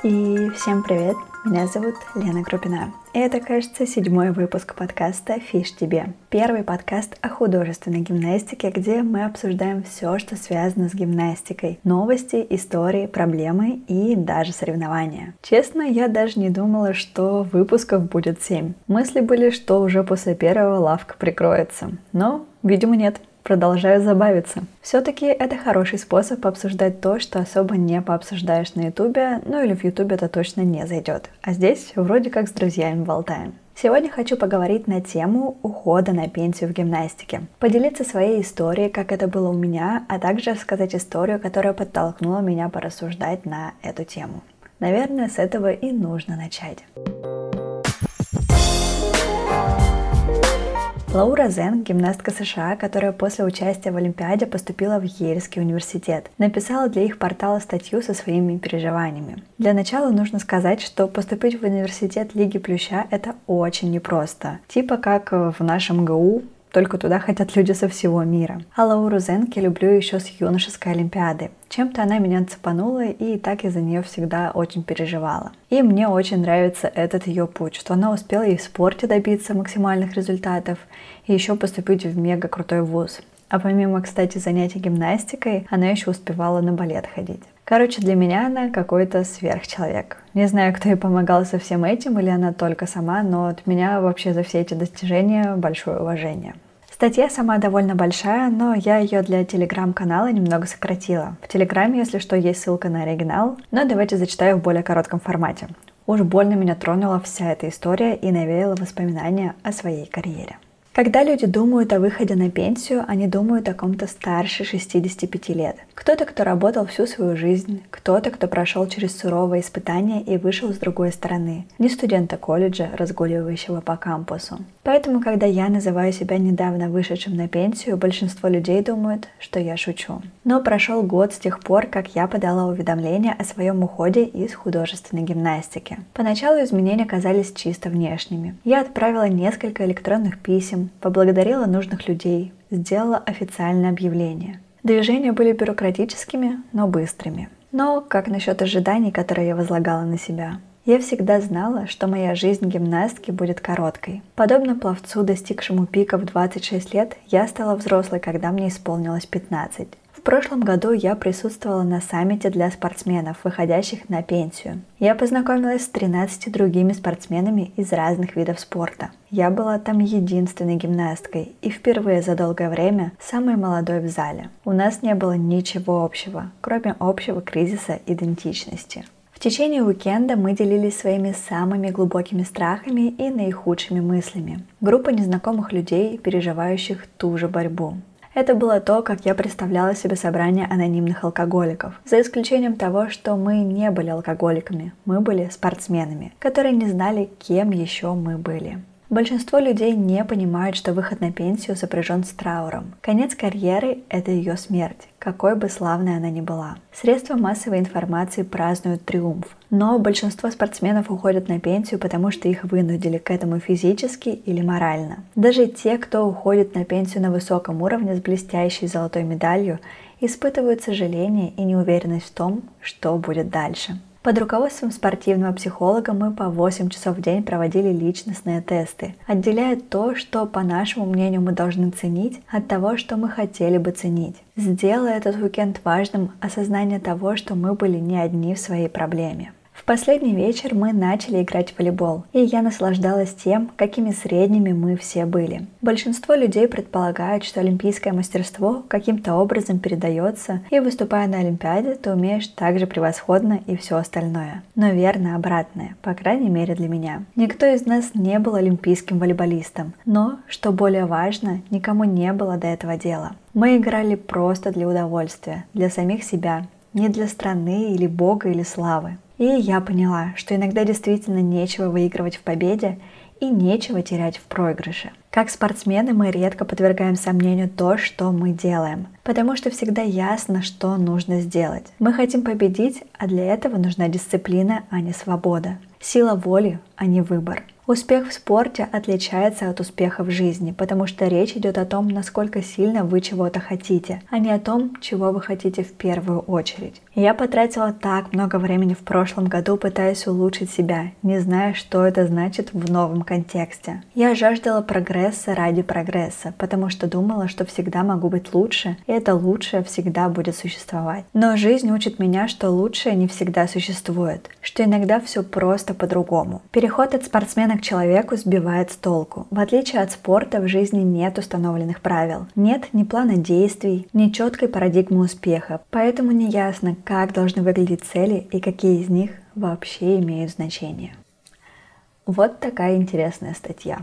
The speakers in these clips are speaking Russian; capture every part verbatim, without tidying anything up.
И всем привет, меня зовут Лена Крупина. И это, кажется, седьмой выпуск подкаста «Фиш тебе». Первый подкаст о художественной гимнастике, где мы обсуждаем все, что связано с гимнастикой. Новости, истории, проблемы и даже соревнования. Честно, я даже не думала, что выпусков будет семь. Мысли были, что уже после первого лавка прикроется. Но, видимо, нет. Продолжаю забавиться. Все-таки это хороший способ обсуждать то, что особо не пообсуждаешь на ютубе, ну или в ютубе это точно не зайдет. А здесь вроде как с друзьями болтаем. Сегодня хочу поговорить на тему ухода на пенсию в гимнастике. Поделиться своей историей, как это было у меня, а также рассказать историю, которая подтолкнула меня порассуждать на эту тему. Наверное, с этого и нужно начать. Лаура Зен, гимнастка США, которая после участия в Олимпиаде поступила в Ельский университет, написала для их портала статью со своими переживаниями. Для начала нужно сказать, что поступить в университет Лиги Плюща – это очень непросто. Типа как в нашем ГУ, только туда хотят люди со всего мира. А Лауру Зенке люблю еще с юношеской Олимпиады. Чем-то она меня цепанула, и так я за нее всегда очень переживала. И мне очень нравится этот ее путь, что она успела и в спорте добиться максимальных результатов, и еще поступить в мега крутой вуз. А помимо, кстати, занятий гимнастикой, она еще успевала на балет ходить. Короче, для меня она какой-то сверхчеловек. Не знаю, кто ей помогал со всем этим, или она только сама, но от меня вообще за все эти достижения большое уважение. Статья сама довольно большая, но я ее для телеграм-канала немного сократила. В телеграме, если что, есть ссылка на оригинал, но давайте зачитаю в более коротком формате. Уж больно меня тронула вся эта история и навеяла воспоминания о своей карьере. Когда люди думают о выходе на пенсию, они думают о ком-то старше шестидесяти пяти лет. Кто-то, кто работал всю свою жизнь, кто-то, кто прошел через суровые испытания и вышел с другой стороны, не студента колледжа, разгуливающего по кампусу. Поэтому, когда я называю себя недавно вышедшим на пенсию, большинство людей думают, что я шучу. Но прошел год с тех пор, как я подала уведомление о своем уходе из художественной гимнастики. Поначалу изменения казались чисто внешними. Я отправила несколько электронных писем, поблагодарила нужных людей, сделала официальное объявление. Движения были бюрократическими, но быстрыми. Но как насчет ожиданий, которые я возлагала на себя? Я всегда знала, что моя жизнь гимнастки будет короткой. Подобно пловцу, достигшему пика в двадцать шесть лет, я стала взрослой, когда мне исполнилось пятнадцать. В прошлом году я присутствовала на саммите для спортсменов, выходящих на пенсию. Я познакомилась с тринадцатью другими спортсменами из разных видов спорта. Я была там единственной гимнасткой и впервые за долгое время самой молодой в зале. У нас не было ничего общего, кроме общего кризиса идентичности. В течение уикенда мы делились своими самыми глубокими страхами и наихудшими мыслями. Группа незнакомых людей, переживающих ту же борьбу. Это было то, как я представляла себе собрание анонимных алкоголиков. За исключением того, что мы не были алкоголиками, мы были спортсменами, которые не знали, кем еще мы были. Большинство людей не понимают, что выход на пенсию сопряжен с трауром. Конец карьеры – это ее смерть, какой бы славной она ни была. Средства массовой информации празднуют триумф. Но большинство спортсменов уходят на пенсию, потому что их вынудили к этому физически или морально. Даже те, кто уходит на пенсию на высоком уровне с блестящей золотой медалью, испытывают сожаление и неуверенность в том, что будет дальше. Под руководством спортивного психолога мы по восемь часов в день проводили личностные тесты, отделяя то, что, по нашему мнению, мы должны ценить, от того, что мы хотели бы ценить. Сделая этот уикенд важным осознание того, что мы были не одни в своей проблеме. В последний вечер мы начали играть в волейбол, и я наслаждалась тем, какими средними мы все были. Большинство людей предполагают, что олимпийское мастерство каким-то образом передается, и выступая на Олимпиаде, ты умеешь так же превосходно и все остальное. Но верно обратное, по крайней мере для меня. Никто из нас не был олимпийским волейболистом, но, что более важно, никому не было до этого дела. Мы играли просто для удовольствия, для самих себя, не для страны или бога или славы. И я поняла, что иногда действительно нечего выигрывать в победе и нечего терять в проигрыше. Как спортсмены мы редко подвергаем сомнению то, что мы делаем, потому что всегда ясно, что нужно сделать. Мы хотим победить, а для этого нужна дисциплина, а не свобода. Сила воли, а не выбор. Успех в спорте отличается от успеха в жизни, потому что речь идет о том, насколько сильно вы чего-то хотите, а не о том, чего вы хотите в первую очередь. Я потратила так много времени в прошлом году, пытаясь улучшить себя, не зная, что это значит в новом контексте. Я жаждала прогресса ради прогресса, потому что думала, что всегда могу быть лучше, и это лучшее всегда будет существовать. Но жизнь учит меня, что лучшее не всегда существует, что иногда все просто по-другому. Переход от спортсмена к человеку сбивает с толку. В отличие от спорта, в жизни нет установленных правил, нет ни плана действий, ни четкой парадигмы успеха, поэтому не ясно, как должны выглядеть цели и какие из них вообще имеют значение. Вот такая интересная статья.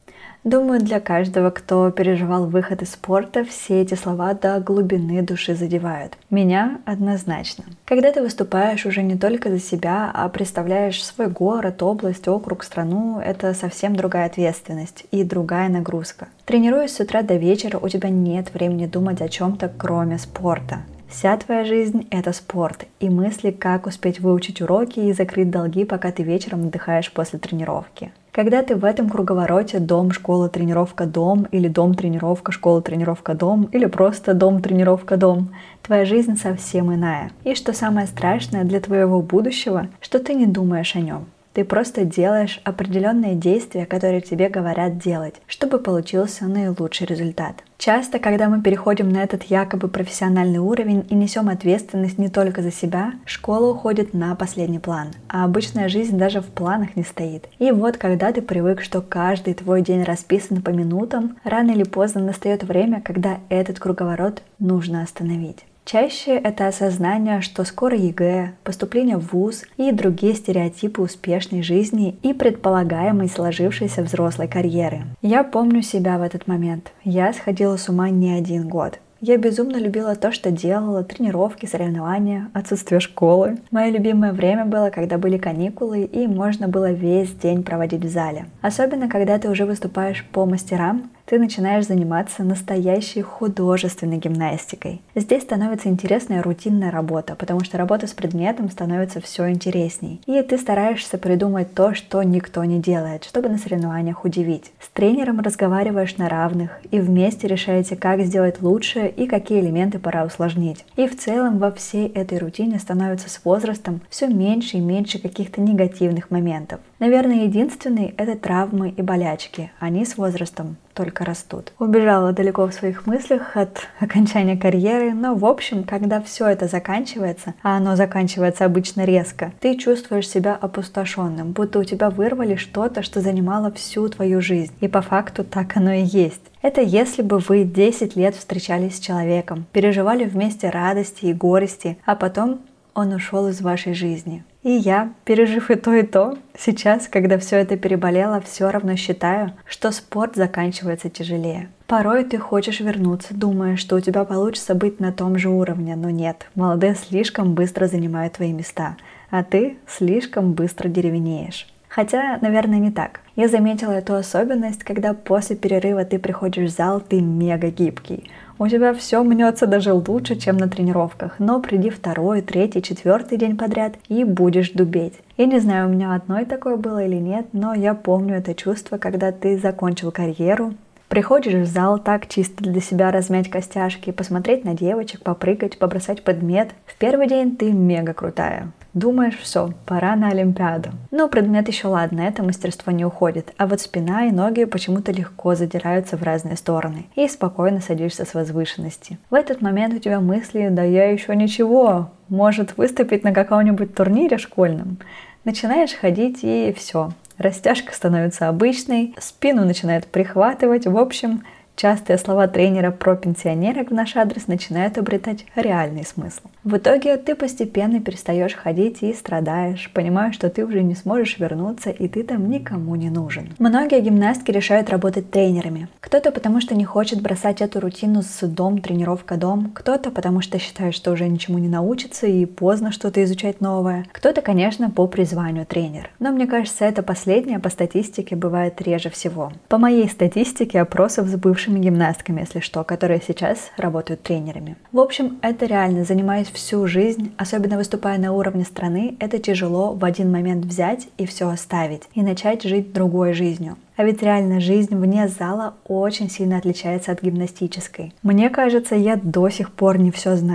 Думаю, для каждого, кто переживал выход из спорта, все эти слова до глубины души задевают. Меня однозначно. Когда ты выступаешь уже не только за себя, а представляешь свой город, область, округ, страну, это совсем другая ответственность и другая нагрузка. Тренируясь с утра до вечера, у тебя нет времени думать о чем-то, кроме спорта. Вся твоя жизнь – это спорт, и мысли, как успеть выучить уроки и закрыть долги, пока ты вечером отдыхаешь после тренировки. Когда ты в этом круговороте дом, школа, тренировка, дом, или дом, тренировка, школа, тренировка, дом, или просто дом, тренировка, дом, твоя жизнь совсем иная. И что самое страшное для твоего будущего, что ты не думаешь о нем. Ты просто делаешь определенные действия, которые тебе говорят делать, чтобы получился наилучший результат. Часто, когда мы переходим на этот якобы профессиональный уровень и несем ответственность не только за себя, школа уходит на последний план, а обычная жизнь даже в планах не стоит. И вот когда ты привык, что каждый твой день расписан по минутам, рано или поздно настает время, когда этот круговорот нужно остановить. Чаще это осознание, что скоро ЕГЭ, поступление в вуз и другие стереотипы успешной жизни и предполагаемой сложившейся взрослой карьеры. Я помню себя в этот момент. Я сходила с ума не один год. Я безумно любила то, что делала, тренировки, соревнования, отсутствие школы. Мое любимое время было, когда были каникулы и можно было весь день проводить в зале. Особенно, когда ты уже выступаешь по мастерам, ты начинаешь заниматься настоящей художественной гимнастикой. Здесь становится интересная рутинная работа, потому что работа с предметом становится все интересней. И ты стараешься придумать то, что никто не делает, чтобы на соревнованиях удивить. С тренером разговариваешь на равных и вместе решаете, как сделать лучше и какие элементы пора усложнить. И в целом во всей этой рутине становится с возрастом все меньше и меньше каких-то негативных моментов. Наверное, единственный – это травмы и болячки. Они с возрастом только растут. Убежала далеко в своих мыслях от окончания карьеры, но в общем, когда все это заканчивается, а оно заканчивается обычно резко, ты чувствуешь себя опустошенным, будто у тебя вырвали что-то, что занимало всю твою жизнь. И по факту так оно и есть. Это если бы вы десять лет встречались с человеком, переживали вместе радости и горести, а потом он ушел из вашей жизни. И я, пережив и то, и то, сейчас, когда все это переболело, все равно считаю, что спорт заканчивается тяжелее. Порой ты хочешь вернуться, думая, что у тебя получится быть на том же уровне, но нет. Молодые слишком быстро занимают твои места, а ты слишком быстро деревенеешь. Хотя, наверное, не так. Я заметила эту особенность, когда после перерыва ты приходишь в зал, ты мега гибкий. У тебя все мнется даже лучше, чем на тренировках, но приди второй, третий, четвертый день подряд и будешь дубеть. Я не знаю, у меня одной такое было или нет, но я помню это чувство, когда ты закончил карьеру, приходишь в зал так чисто для себя размять костяшки, посмотреть на девочек, попрыгать, побросать предмет. В первый день ты мега крутая. Думаешь, все, пора на Олимпиаду. Но предмет еще ладно, это мастерство не уходит, а вот спина и ноги почему-то легко задираются в разные стороны, и спокойно садишься с возвышенности. В этот момент у тебя мысли: да я еще ничего, может выступить на каком-нибудь турнире школьном. Начинаешь ходить и все. Растяжка становится обычной, спину начинает прихватывать, в общем, частые слова тренера про пенсионерок в наш адрес начинают обретать реальный смысл. В итоге ты постепенно перестаешь ходить и страдаешь, понимаешь, что ты уже не сможешь вернуться и ты там никому не нужен. Многие гимнастки решают работать тренерами. Кто-то потому, что не хочет бросать эту рутину с дом, тренировка, дом. Кто-то потому, что считает, что уже ничему не научится и поздно что-то изучать новое. Кто-то, конечно, по призванию тренер. Но мне кажется, это последнее по статистике бывает реже всего. По моей статистике опросов с бывшими гимнастками, если что, которые сейчас работают тренерами. В общем, это реально, занимаясь всю жизнь, особенно выступая на уровне страны, это тяжело в один момент взять и все оставить, и начать жить другой жизнью. А ведь реально жизнь вне зала очень сильно отличается от гимнастической. Мне кажется, я до сих пор не все знаю.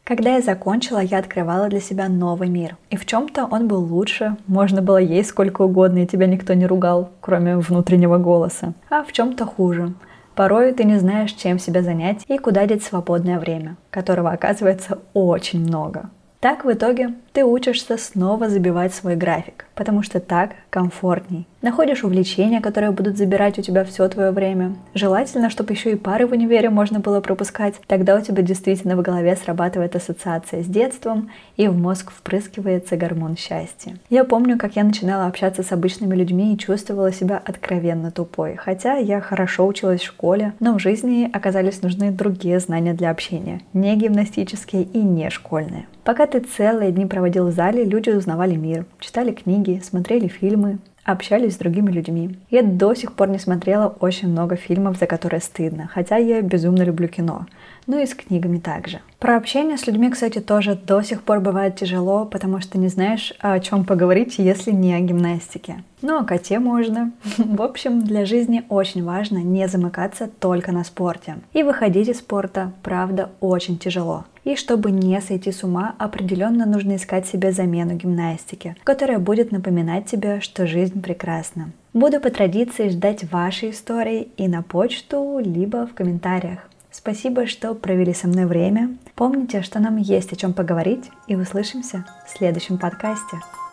Когда я закончила, я открывала для себя новый мир. И в чем-то он был лучше, можно было есть сколько угодно, и тебя никто не ругал, кроме внутреннего голоса. А в чем-то хуже. Порой ты не знаешь, чем себя занять и куда деть свободное время, которого оказывается очень много. Так в итоге ты учишься снова забивать свой график, потому что так комфортней. Находишь увлечения, которые будут забирать у тебя все твое время. Желательно, чтобы еще и пары в универе можно было пропускать. Тогда у тебя действительно в голове срабатывает ассоциация с детством, и в мозг впрыскивается гормон счастья. Я помню, как я начинала общаться с обычными людьми и чувствовала себя откровенно тупой. Хотя я хорошо училась в школе, но в жизни оказались нужны другие знания для общения. Не гимнастические и не школьные. Пока ты целые дни проводил в зале, люди узнавали мир, читали книги, смотрели фильмы, общались с другими людьми. Я до сих пор не смотрела очень много фильмов, за которые стыдно, хотя я безумно люблю кино. Ну и с книгами также. Про общение с людьми, кстати, тоже до сих пор бывает тяжело, потому что не знаешь, о чем поговорить, если не о гимнастике. Ну, о коте можно. В общем, для жизни очень важно не замыкаться только на спорте. И выходить из спорта, правда, очень тяжело. И чтобы не сойти с ума, определенно нужно искать себе замену гимнастике, которая будет напоминать тебе, что жизнь прекрасна. Буду по традиции ждать ваши истории и на почту, либо в комментариях. Спасибо, что провели со мной время. Помните, что нам есть о чем поговорить, и услышимся в следующем подкасте.